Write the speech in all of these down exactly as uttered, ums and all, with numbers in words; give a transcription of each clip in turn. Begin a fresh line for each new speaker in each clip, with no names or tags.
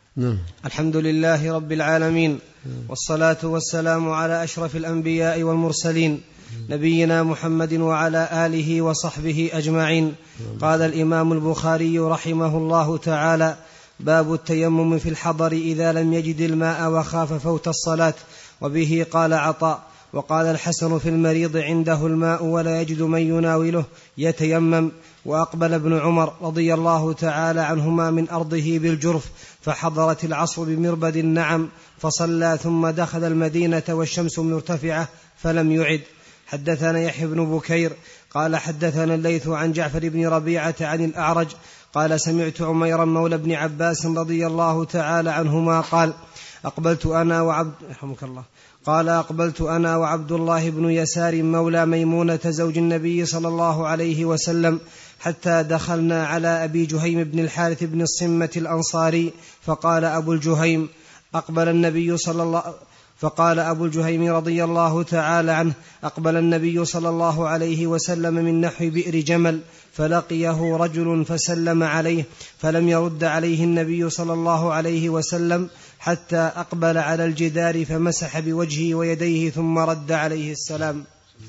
نعم.
الحمد لله رب العالمين، والصلاة والسلام على أشرف الأنبياء والمرسلين، نبينا محمد وعلى آله وصحبه أجمعين. قال الإمام البخاري رحمه الله تعالى: باب التيمم في الحضر إذا لم يجد الماء وخاف فوت الصلاة. وبه قال عطاء. وقال الحسن: في المريض عنده الماء ولا يجد من يناوله يتيمم. وأقبل ابن عمر رضي الله تعالى عنهما من أرضه بالجرف، فحضرت العصر بمربد النعم، فصلى ثم دخل المدينة والشمس مرتفعة فلم يعد. حدثنا يحيى بن بكير قال حدثنا الليث عن جعفر بن ربيعة عن الأعرج قال: سمعت عميرا مولى ابن عباس رضي الله تعالى عنهما قال: أقبلت أنا وعبد رحمك الله قال أقبلت أنا وعبد الله بن يسار مولى ميمونة زوج النبي صلى الله عليه وسلم حتى دخلنا على أبي جهيم بن الحارث بن الصمة الأنصاري، فقال أبو الجهيم: أقبل النبي صلى الله فقال أبو الجهيم رضي الله تعالى عنه: أقبل النبي صلى الله عليه وسلم من نحو بئر جمل، فلقيه رجل فسلم عليه، فلم يرد عليه النبي صلى الله عليه وسلم حتى أقبل على الجدار فمسح بوجهه ويديه ثم رد عليه السلام.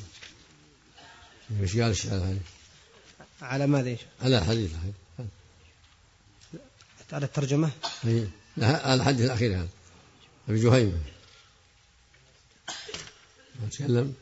ايش قال الشيخ
على ماذا؟
على الحديث،
على الترجمة،
على الحديث الأخير هذا أبي جهيم أتكلم.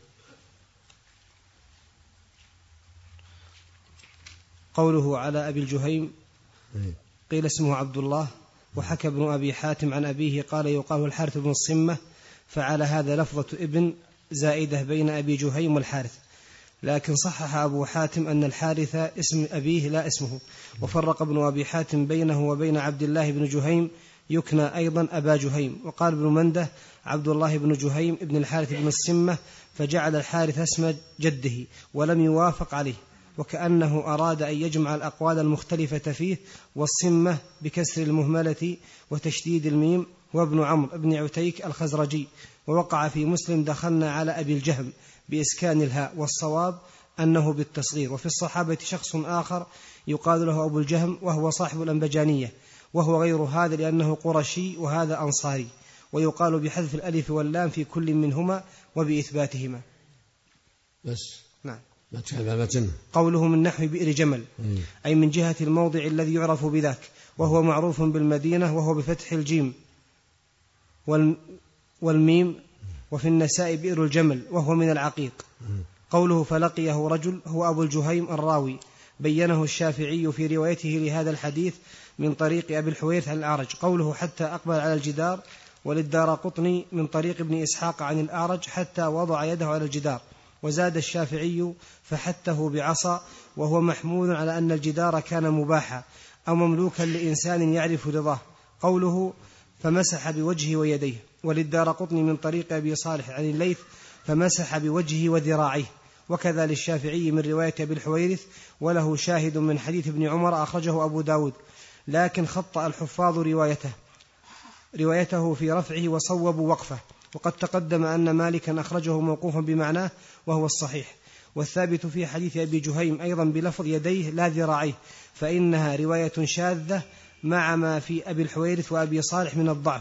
قوله على أبي الجهيم قيل اسمه عبد الله، وحكى ابن أبي حاتم عن أبيه قال يقال الحارث بن الصمة، فعلى هذا لفظة ابن زائدة بين أبي جهيم والحارث، لكن صحح أبو حاتم أن الحارث اسم أبيه لا اسمه، وفرق ابن أبي حاتم بينه وبين عبد الله بن جهيم يكنى أيضا أبا جهيم. وقال ابن منده عبد الله بن جهيم ابن الحارث بن الصمة، فجعل الحارث اسم جده ولم يوافق عليه، وكأنه أراد أن يجمع الأقوال المختلفة فيه. والصمة بكسر المهملة وتشديد الميم، وابن عمرو بن عتيك الخزرجي. ووقع في مسلم دخلنا على أبي الجهم بإسكان الهاء، والصواب أنه بالتصغير. وفي الصحابة شخص آخر يقال له أبو الجهم وهو صاحب الأنبجانية، وهو غير هذا لأنه قرشي وهذا أنصاري. ويقال بحذف الألف واللام في كل منهما وبإثباتهما
بس.
نعم. قوله من نحو بئر جمل أي من جهة الموضع الذي يعرف بذاك، وهو معروف بالمدينة، وهو بفتح الجيم والميم. وفي النساء بئر الجمل وهو من العقيق. قوله فلقيه رجل هو أبو الجهيم الراوي، بينه الشافعي في روايته لهذا الحديث من طريق أبي الحويرث عن الأعرج. قوله حتى أقبل على الجدار، وللدارقطني من طريق ابن إسحاق عن الأعرج حتى وضع يده على الجدار. وزاد الشافعي فحته بعصا، وهو محمول على أن الجدار كان مباحا أو مملوكا لإنسان يعرف رضاه. قوله فمسح بوجهه ويديه، وللدارقطني من طريق أبي صالح عن الليث فمسح بوجهه وذراعيه. وكذا للشافعي من رواية أبي الحويرث، وله شاهد من حديث ابن عمر أخرجه أبو داود، لكن خطأ الحفاظ روايته روايته في رفعه وصوبوا وقفه. وقد تقدم أن مالكا أخرجه موقوفا بمعناه وهو الصحيح. والثابت في حديث أبي جهيم أيضا بلفظ يديه لا ذراعيه، فإنها رواية شاذة مع ما في أبي الحويرث وأبي صالح من الضعف.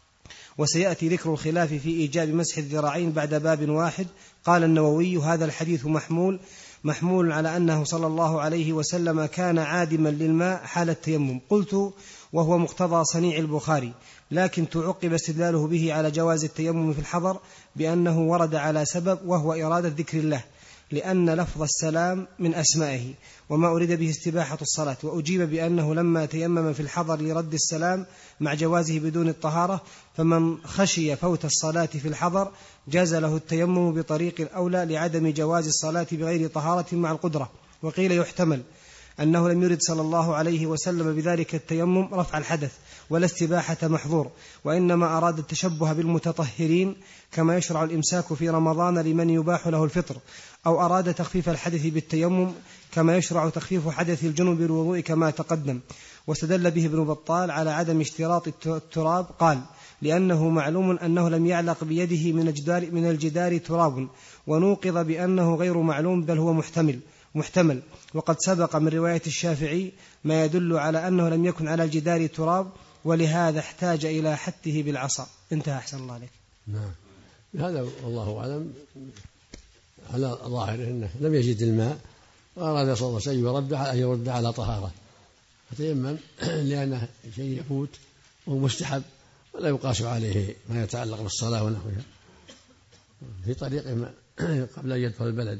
وسيأتي ذكر الخلاف في إيجاب مسح الذراعين بعد باب واحد. قال النووي هذا الحديث محمول محمول على أنه صلى الله عليه وسلم كان عادما للماء حال التيمم. قلت وهو مقتضى صنيع البخاري، لكن تعقب استدلاله به على جواز التيمم في الحضر بأنه ورد على سبب، وهو إرادة ذكر الله، لأن لفظ السلام من أسمائه، وما أريد به استباحة الصلاة. وأجيب بأنه لما تيمم في الحضر لرد السلام مع جوازه بدون الطهارة، فمن خشي فوت الصلاة في الحضر جاز له التيمم بطريق الأولى لعدم جواز الصلاة بغير طهارة مع القدرة. وقيل يحتمل أنه لم يرد صلى الله عليه وسلم بذلك التيمم رفع الحدث ولا استباحة محظور، وإنما أراد التشبه بالمتطهرين كما يشرع الإمساك في رمضان لمن يباح له الفطر، أو أراد تخفيف الحدث بالتيمم كما يشرع تخفيف حدث الجنوب بالوضوء كما تقدم. واستدل به ابن بطال على عدم اشتراط التراب، قال لأنه معلوم أنه لم يعلق بيده من الجدار, من الجدار تراب، ونوقض بأنه غير معلوم بل هو محتمل محتمل وقد سبق من رواية الشافعي ما يدل على أنه لم يكن على الجدار تراب، ولهذا احتاج إلى حته بالعصا. انتهى. أحسن الله عليك.
نعم. هذا والله أعلم على ظاهره أنه لم يجد الماء وأراد صلى الله عليه وسلم يرد أن يرد على طهارة فتيمم لأنه شيء يفوت وهو مستحب ولا يقاس عليه ما يتعلق بالصلاة ونحوها في طريقه قبل أن يدخل البلد.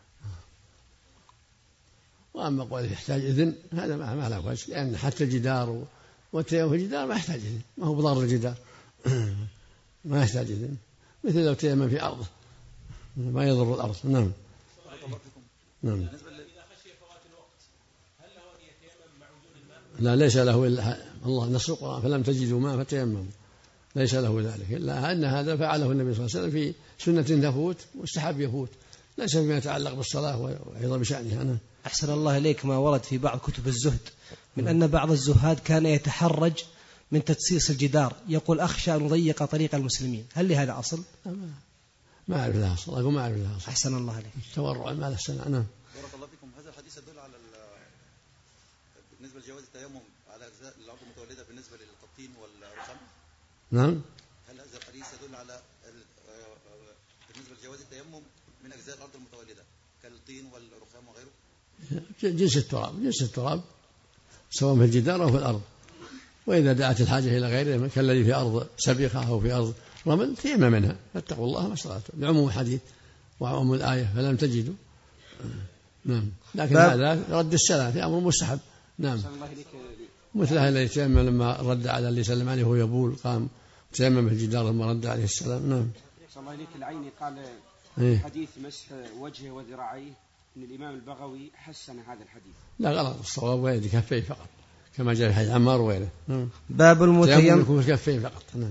وأما قوله يحتاج إذن هذا ما له وجه لأن حتى الجدار والتيمم في الجدار ما يحتاج إذن ما هو بضار الجدار ما يحتاج إذن مثل لو تيمم في أرضه ما يضر الأرض. نعم. نعم. إذا خشي فوات الوقت هل له أن يتيمم مع وجود الماء؟ لا ليس له إلا الله نص القرآن فلم تجدوا ماء فتيمموا ليس له ذلك إلا أن هذا فعله النبي صلى الله عليه وسلم في سنة تفوت مستحب يفوت ليس فيما يتعلق بالصلاة وأيضا بشأنها. أنا
أحسن الله إليك ما ورد في بعض كتب الزهد من أن بعض الزهاد كان يتحرج من تدسيس الجدار يقول أخشى أن يضيق طريق المسلمين. هل لهذا أصل؟
ما أعرف لها أصل. أقول ما أعرف لها أصل.
أحسن الله عليك.
تورع ما له سنة. نعم.
بارك الله فيكم. هذا الحديث يدل على بالنسبة لجواز التيمم على أجزاء الأرض المتولدة بالنسبة للقطين والرخام.
نعم.
هل هذا الحديث يدل على بالنسبة لجواز التيمم من أجزاء الأرض المتولدة كالطين والرخام وغيره؟
جنس التراب جنس التراب سواء في الجدار أو في الأرض. وإذا دعت الحاجة إلى غيره كالذي في أرض سبيقة أو في أرض رمل تيمم منها فاتقوا الله ما استطعتم لعموم الحديث وعموم الآية فلم تجدوا. نعم. لكن هذا رد السلام في أمر مستحب. نعم. مثل الذي تيمم لما رد على اللي سلم عليه وهو يبول قام تيمم الجدار لما رد عليه السلام. نعم.
صلى الله عليك. العيني قال
إيه؟
حديث مسح وجهه وذراعيه ان الإمام البغوي حسن هذا الحديث.
لا غلط. الصواب ويد كفيه فقط كما جاء في حديث عمار وغيره. نعم.
باب المتيمم
يكون في كفيه فقط. نعم.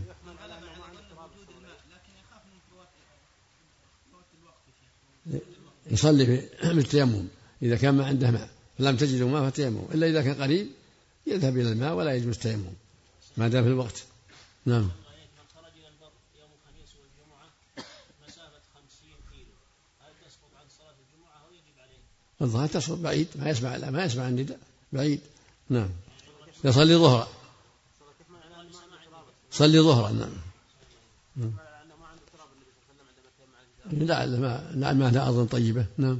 يصلي بالتيمم إذا كان ما عنده ماء فلم تجدوا ماء فتيمم إلا إذا كان قريب يذهب إلى الماء ولا يجوز التيمم ما دام في الوقت. نعم. الظهر تصل بعيد ما يسمع لا ما يسمع النداء بعيد. نعم. يصلي ظهرا صلي ظهرا. نعم. لا ما لا ما لا أظن طيبة. نعم.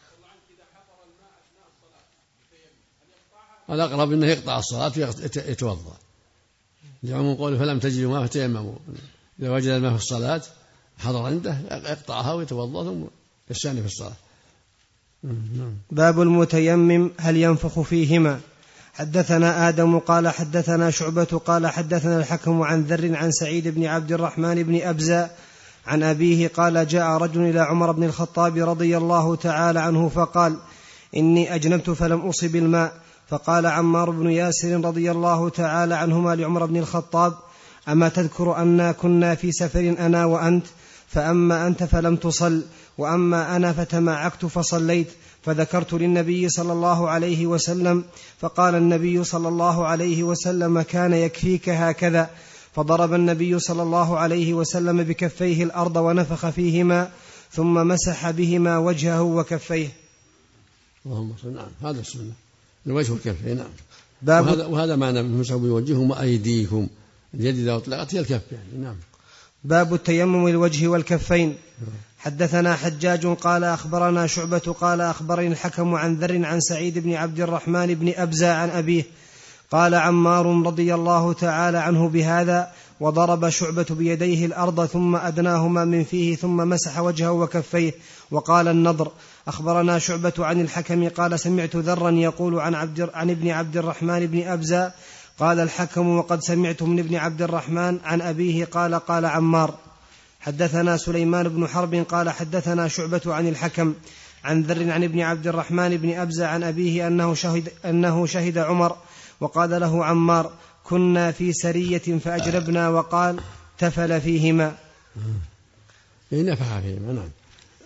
الأقرب أنه يقطع الصلاة ويتوضأ لعموم قوله فلم تجدوا ماء فتيمموا. إذا وجد الماء في الصلاة حضر عنده يقطعها ويتوضأ ثم يستأنف في الصلاة.
باب المتيمم هل ينفخ فيهما. حدثنا آدم قال حدثنا شعبة قال حدثنا الحكم عن ذر عن سعيد بن عبد الرحمن بن أبزة عن أبيه قال جاء رجل إلى عمر بن الخطاب رضي الله تعالى عنه فقال إني أجنبت فلم أصب الماء. فقال عمار بن ياسر رضي الله تعالى عنهما لعمر بن الخطاب أما تذكر أنا كنا في سفر أنا وأنت فأما أنت فلم تصل وأما أنا فتمعكت فصليت. فذكرت للنبي صلى الله عليه وسلم فقال النبي صلى الله عليه وسلم كان يكفيك هكذا. فضرب النبي صلى الله عليه وسلم بكفيه الأرض ونفخ فيهما ثم مسح بهما وجهه وكفيه.
اللهم صل. نعم. هذا السنة الوجه والكفين. نعم.
وهذا,
وهذا معنى مسحوا بوجههم وأيديكم اليد إذا أطلقت هي الكف يعني. نعم.
باب التيمم الوجه والكفين. حدثنا حجاج قال أخبرنا شعبة قال أخبرني الحكم عن ذر عن سعيد بن عبد الرحمن بن أبزة عن أبيه قال عمار رضي الله تعالى عنه بهذا وضرب شعبة بيديه الأرض ثم أدناهما من فيه ثم مسح وجهه وكفيه. وقال النضر أخبرنا شعبة عن الحكم قال سمعت ذرا يقول عن, عبد عن ابن عبد الرحمن بن أبزة قال الحكم وقد سمعت من ابن عبد الرحمن عن أبيه قال قال عمار. حدثنا سليمان بن حرب قال حدثنا شعبة عن الحكم عن ذر عن ابن عبد الرحمن بن أبزة عن أبيه أنه شهد, أنه شهد عمر وقال له عمار كنا في سرية فأجربنا وقال تفل فيهما.
نفخ فيهما. نعم.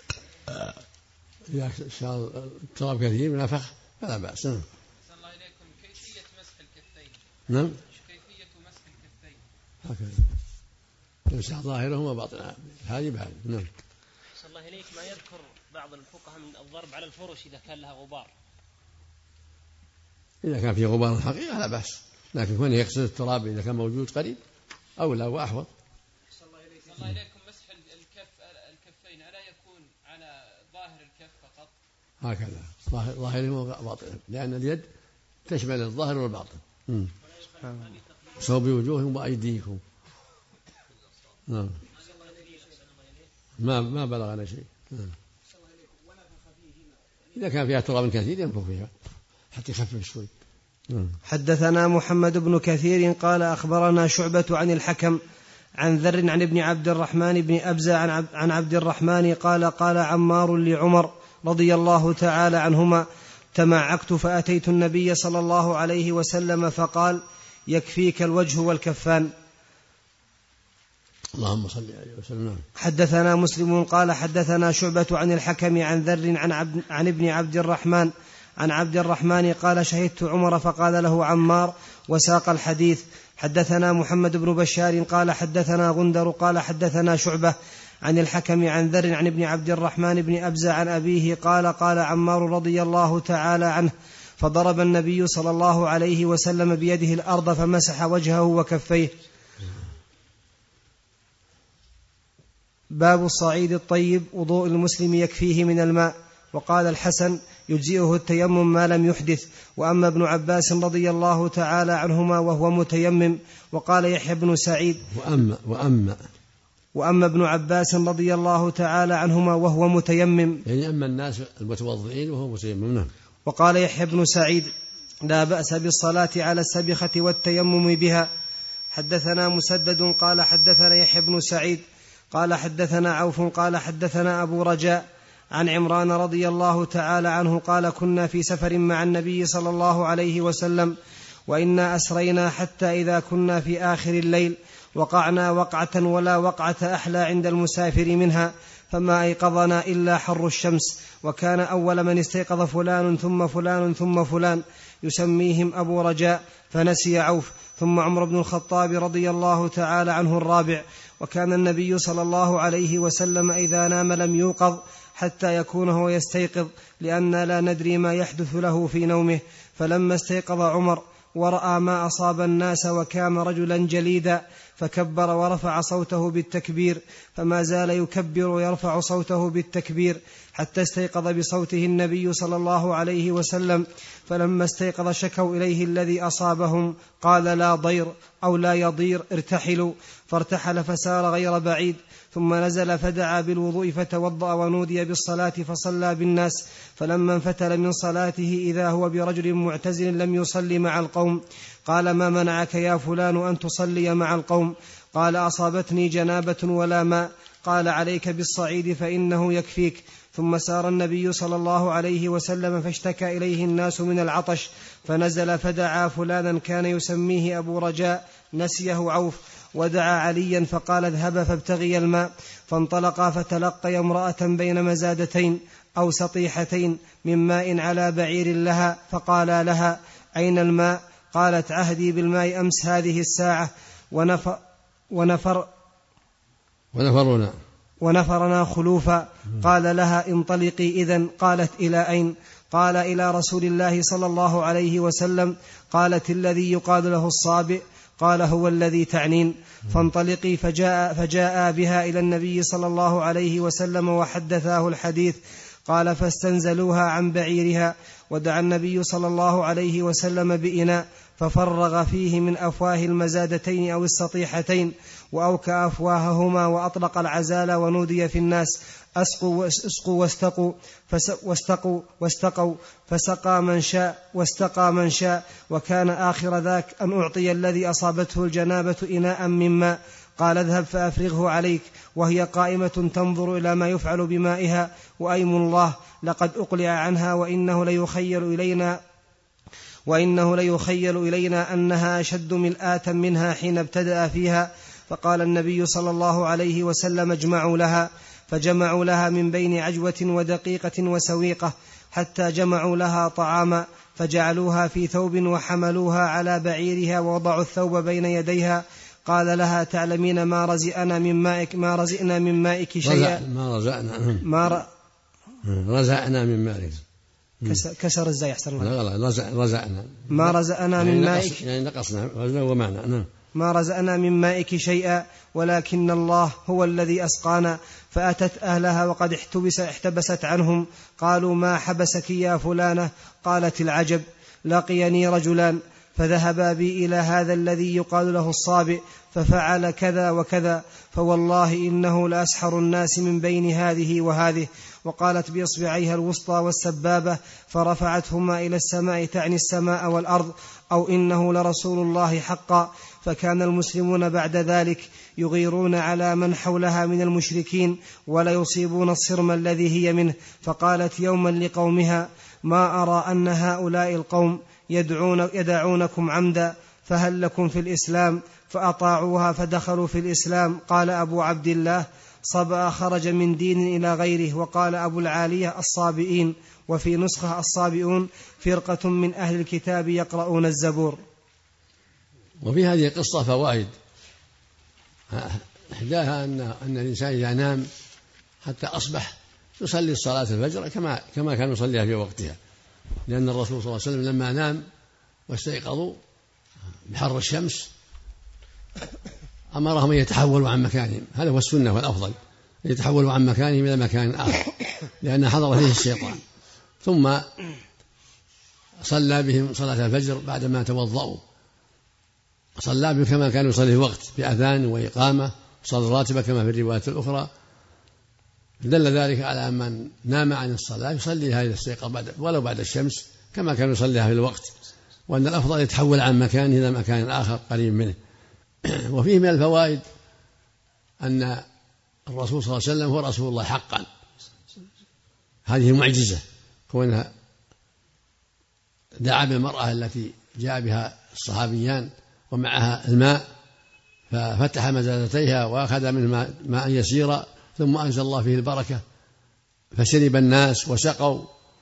إذا صار التراب كثير نفخ فلا بأس. نعم.
الله إليكم كيفية مسح الكفين.
نعم.
كيفية مسح الكفين
هكذا يمسح ظاهرهما وباطنها هذه بهذه. نعم.
صلى الله إليك ما يذكر بعض الفقهاء من الضرب على الفرش إذا كان لها غبار.
إذا كان في غبار الحقيقة لا بأس لكن كونه يغسل التراب إذا كان موجود قريب أولى وأحوط.
الله إليكم مسح الكف الكفين ألا يكون على ظاهر الكف فقط؟
هكذا ظاهره وباطنه، لأن اليد تشمل الظاهر والباطن. سوا بوجوههم وأيديكم. نعم. ما ما بلغنا شيء. نعم. إذا كان فيها تراب كثير ينفخ فيها حتى يخفف شوي. نعم.
حدثنا محمد بن كثير قال أخبرنا شعبة عن الحكم عن ذر عن ابن عبد الرحمن بن أبزة عن عبد الرحمن قال قال عمار لعمر رضي الله تعالى عنهما: تمعكت فأتيت النبي صلى الله عليه وسلم فقال: يكفيك الوجه والكفان.
اللهم صل عليه وسلم.
حدثنا مسلم قال حدثنا شعبة عن الحكم عن ذر عن, عبد عن ابن عبد الرحمن عن عبد الرحمن قال: شهدت عمر فقال له عمار وساق الحديث. حدثنا محمد بن بشار قال حدثنا غندر قال حدثنا شعبة عن الحكم عن ذر عن ابن عبد الرحمن بن أبزة عن أبيه قال: قال عمار رضي الله تعالى عنه: فضرب النبي صلى الله عليه وسلم بيده الأرض فمسح وجهه وكفيه. باب الصعيد الطيب وضوء المسلم يكفيه من الماء. وقال الحسن: يجزئه التيمم ما لم يحدث. وأما ابن عباس رضي الله تعالى عنهما وهو متيمم. وقال يحيى بن سعيد:
وأما وأما
وأما ابن عباس رضي الله تعالى عنهما وهو متيمم،
يعني أما الناس المتوضئين وهو متيمم.
وقال يحيى بن سعيد: لا بأس بالصلاة على السبخة والتيمم بها. حدثنا مسدد قال حدثنا يحيى بن سعيد قال حدثنا عوف قال حدثنا أبو رجاء عن عمران رضي الله تعالى عنه قال: كنا في سفر مع النبي صلى الله عليه وسلم وإنا أسرينا حتى إذا كنا في آخر الليل وقعنا وقعة ولا وقعة أحلى عند المسافر منها، فما أيقظنا إلا حر الشمس. وكان أول من استيقظ فلان ثم فلان ثم فلان يسميهم أبو رجاء، فنسي عوف، ثم عمر بن الخطاب رضي الله تعالى عنه الرابع. وكان النبي صلى الله عليه وسلم إذا نام لم يوقظ حتى يكون هو يستيقظ، لأننا لا ندري ما يحدث له في نومه. فلما استيقظ عمر ورأى ما أصاب الناس وكان رجلا جليدا فكبر ورفع صوته بالتكبير، فما زال يكبر ويرفع صوته بالتكبير حتى استيقظ بصوته النبي صلى الله عليه وسلم. فلما استيقظ شكوا إليه الذي أصابهم، قال: لا ضير أو لا يضير، ارتحلوا. فارتحل فسار غير بعيد، ثم نزل فدعا بالوضوء فتوضأ ونودي بالصلاة فصلى بالناس. فلما انفتل من صلاته إذا هو برجل معتزل لم يصلي مع القوم. قال: ما منعك يا فلان أن تصلي مع القوم؟ قال: أصابتني جنابة ولا ماء. قال: عليك بالصعيد فإنه يكفيك. ثم سار النبي صلى الله عليه وسلم فاشتكى إليه الناس من العطش، فنزل فدعا فلانا كان يسميه أبو رجاء، نسيه عوف، ودعا عليا فقال: اذهب فابتغي الماء. فانطلقا فتلقي امرأة بين مزادتين أو سطيحتين من ماء على بعير لها، فقالا لها: أين الماء؟ قالت: عهدي بالماء أمس هذه الساعة ونفر ونفر
ونفرنا
ونفرنا خلوفا. قال لها: انطلقي إذن. قالت: إلى أين؟ قال: إلى رسول الله صلى الله عليه وسلم. قالت: الذي يقال له الصابئ؟ قال: هو الذي تعنين. فانطلقي. فجاء, فجاء بها إلى النبي صلى الله عليه وسلم وحدثاه الحديث. قال: فاستنزلوها عن بعيرها، ودعا النبي صلى الله عليه وسلم بإناء ففرغ فيه من أفواه المزادتين أو السطيحتين، وأوكى أفواههما وأطلق العزال، ونودي في الناس: أسقوا اسقوا واستقوا واستقوا واستقوا فسقى من شاء واستقى من شاء. وكان آخر ذاك أن أعطي الذي أصابته الجنابة إناء من ماء. قال: اذهب فأفرغه عليك. وهي قائمة تنظر إلى ما يفعل بمائها، وأيم الله لقد أقلع عنها، وإنه ليخيل إلينا وإنه ليخيل إلينا أنها أشد ملآة منها حين ابتدأ فيها. فقال النبي صلى الله عليه وسلم: اجمعوا لها. فجمعوا لها من بين عجوة ودقيقة وسويقة حتى جمعوا لها طعاما، فجعلوها في ثوب وحملوها على بعيرها ووضعوا الثوب بين يديها. قال لها: تعلمين ما رزئنا من مائك ما رزئنا من مائك شيئا
ما رزقنا
ما ر...
رزقنا من مائك
كسر الزاي أحسن الله.
لا لا رزع رزعنا
ما رزقنا من مائك
يعني نقصنا وزنه ومعنى. نعم.
ما رزقنا من مائك شيئا ولكن الله هو الذي أسقانا. فأتت أهلها وقد احتبس احتبست عنهم. قالوا ما حبسك يا فلانة؟ قالت العجب لقيني رجلان فذهبا بي إلى هذا الذي يقال له الصابئ ففعل كذا وكذا فوالله إنه لأسحر الناس من بين هذه وهذه. وقالت بإصبعيها الوسطى والسبابة فرفعتهما إلى السماء تعني السماء والأرض أو إنه لرسول الله حقا. فكان المسلمون بعد ذلك يغيرون على من حولها من المشركين ولا يصيبون الصرم الذي هي منه. فقالت يوما لقومها ما أرى أن هؤلاء القوم يدعون يدعونكم عمدا فهل لكم في الإسلام؟ فأطاعوها فدخلوا في الإسلام. قال أبو عبد الله صبأ خرج من دين إلى غيره. وقال أبو العالية الصابئين وفي نسخة الصابئون فرقة من أهل الكتاب يقرؤون الزبور.
وفي هذه القصة فوائد. إحداها أن أن الإنسان إذا نام حتى أصبح يصلي صلاة الفجر كما كما كان يصليها في وقتها، لأن الرسول صلى الله عليه وسلم لما نام واستيقظوا بحر الشمس أمرهم أن يتحولوا عن مكانهم. هذا هو السنة والأفضل، أن يتحولوا عن مكانهم إلى مكان آخر لأن حضر فيه الشيطان. ثم صلى بهم صلاة الفجر بعدما توضأوا، صلى بهم كما كان يصلي في وقت بأذان وإقامة صلاة راتبة كما في الروايات الأخرى. دل ذلك على أن من نام عن الصلاة يصلي هذه الاستيقاظ ولو بعد الشمس كما كان يصليها في الوقت، وأن الأفضل يتحول عن مكان إلى مكان آخر قريب منه. وفيه من الفوائد أن الرسول صلى الله عليه وسلم هو رسول الله حقا. هذه معجزة كونها دعا بالمرأة التي جاء بها الصحابيان ومعها الماء ففتح مزازتيها وأخذ منه ماء يسيرا ثم أنزل الله فيه البركة فشرب الناس وسقوا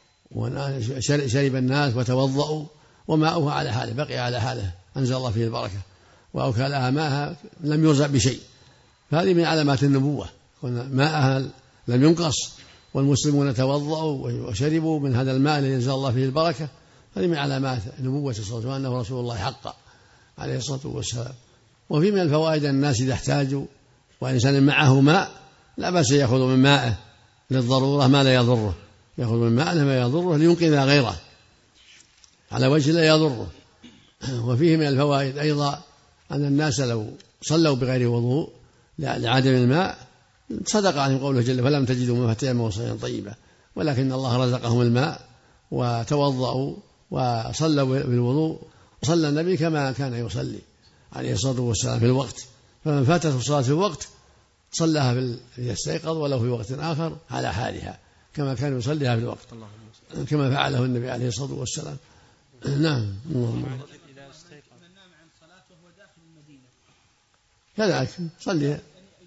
وشرب الناس وتوضأوا وماؤها على حاله بقي على حاله أنزل الله فيه البركة وأوكلها ماءها لم يرزق بشيء. فهذه من علامات النبوة، ماءها لم ينقص والمسلمون توضأوا وشربوا من هذا الماء الذي أنزل الله فيه البركة. هذه من علامات نبوة صلى الله عليه وسلم وأنه رسول الله حقا عليه الصلاة والسلام. وفي من الفوائد أن الناس إذا احتاجوا وإنسان معه ماء لا بأس يأخذ من مائه للضرورة ما لا يضره، يأخذ من ماء ما يضره لينقذ غيره على وجه لا يضره. وفيه من الفوائد أيضا أن الناس لو صلوا بغير وضوء لعدم الماء صدق عنهم قوله جل فلم تجدوا ماء فتيمموا صعيدا طيبا، ولكن الله رزقهم الماء وتوضأوا وصلوا بالوضوء وصلى النبي كما كان يصلي عليه الصلاة والسلام في الوقت. فمن فاتته الصلاة في الوقت صلىها في يستيقظ ولو في وقت آخر على حالها كما كان يصليها في الوقت كما فعله النبي عليه الصلاة والسلام. نعم.
إذا استيقظ من نام عن صلاته وهو داخل المدينة
كذلك صليها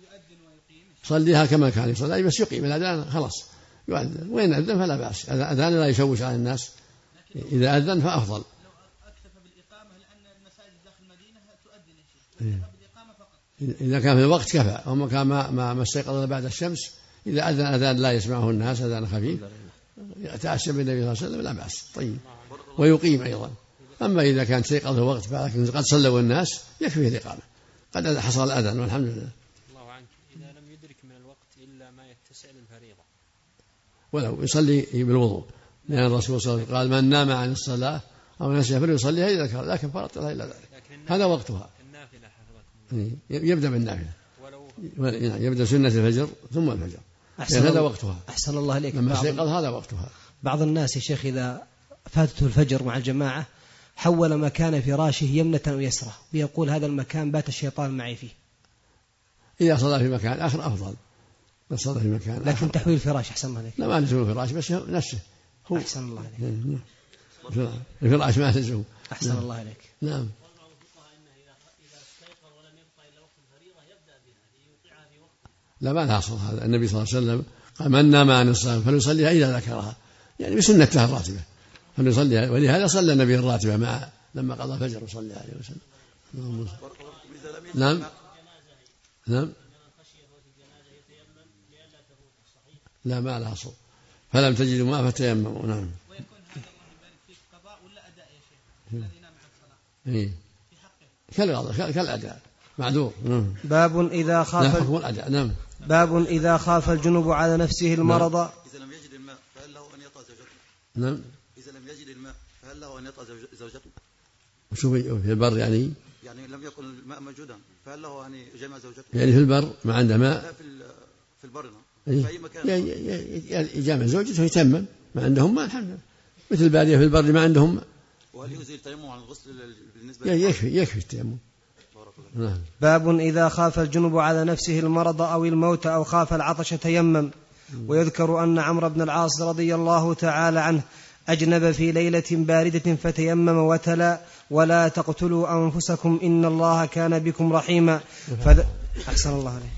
صليها كما كان يصلي بس يقيم الأذان خلاص يؤذن، وإن أذن فلا بأس، أذان لا يشوش على الناس، إذا أذن فأفضل.
لو أكتفى بالإقامة لأن المساجد داخل المدينة تؤذن بالإقامة فقط.
إذا كان في الوقت كفى، وما كان ما ما استيقظ بعد الشمس إذا أذن أذان لا يسمعه الناس أذان خفيف يتعشى بالنبي صلى الله عليه وسلم لا بأس. طيب ويقيم أيضا. أما إذا كان استيقظ في الوقت لكن قد صلوا الناس يكفيه الإقامة، قد حصل الأذان والحمد لله.
الله عنك إذا لم يدرك من الوقت إلا ما يتسع للفريضة
ولو يصلي بالوضوء، لأن الرسول صلى الله عليه وسلم قال من نام عن الصلاة أو نسي فليصليها إذا ذكر، لكن فرط لها إلا ذلك هذا وقتها.
النافلة حفظكم
يبدأ بالنافلة يبدأ سنة الفجر ثم الفجر لأن هذا وقتها.
أحسن الله عليك.
لما استيقظ هذا وقتها.
بعض الناس يا شيخ إذا فاتته الفجر مع الجماعة حول مكان فراشه يمنة أو يسرة ويقول هذا المكان بات الشيطان معي فيه.
إذا صلى في مكان آخر أفضل من صلى في مكان
لكن
آخر.
تحويل الفراش أحسن الله عليك.
لا ما نزل الفراش بس نفسه هو.
أحسن الله عليك.
الفراش ما نزل.
أحسن نعم. الله عليك.
نعم. لا ما لها أصل هذا. النبي صلى الله عليه وسلم قال من نام عن الصلاة فليصليها إذا ذكرها، يعني بسنتها الراتبة فليصليها، ولهذا صلى النبي الراتبة مع لما قضى الفجر وصلى عليه وسلم. نعم نعم. لا ما لها أصل. فلم تجدوا ماء فتيمموا. نعم.
الذي نام عن الصلاة
إيه
في حقه
كالغضب كالأداء معذور.
باب إذا
لا
خاف
حكم الأداء. نعم.
باب إذا خاف الجنوب على نفسه المرض.
إذا لم يجد الماء فهل له أن يطأ زوجته؟
نعم.
إذا لم يجد الماء فهل له أن يطأ زوجته؟
وشوف في البر يعني
يعني لم يكن الماء موجودا فهل له أن يجمع زوجته؟
يعني في البر ما عنده ماء.
لا في في البر
إيه؟
في أي مكان
يجامع زوجته ويتمم ما عندهم ماء الحمد لله. مثل البادية في البر ما عندهم ماء.
وهل يجزي التيمم عن الغسل بالنسبة
يكفي يكفي التيمم. نعم.
باب إذا خاف الجنب على نفسه المرض أو الموت أو خاف العطش تيمم. ويذكر أن عمرو بن العاص رضي الله تعالى عنه أجنب في ليلة باردة فتيمم وتلا ولا تقتلوا أنفسكم إن الله كان بكم رحيما. فذ... أحسن الله عليه.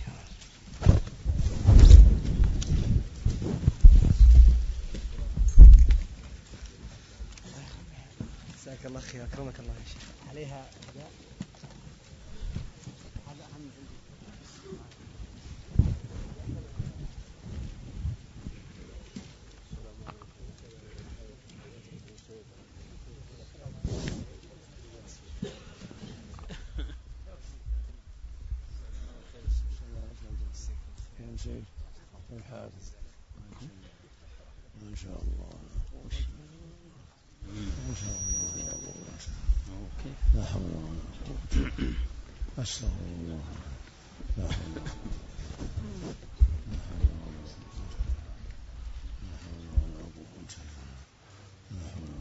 جزاك الله خير. أكرمك الله يا شيخ. عليها
ما شاء الله ما شاء الله يا الله لا حول ولا قوة. أستغفر الله لا حول ولا قوة.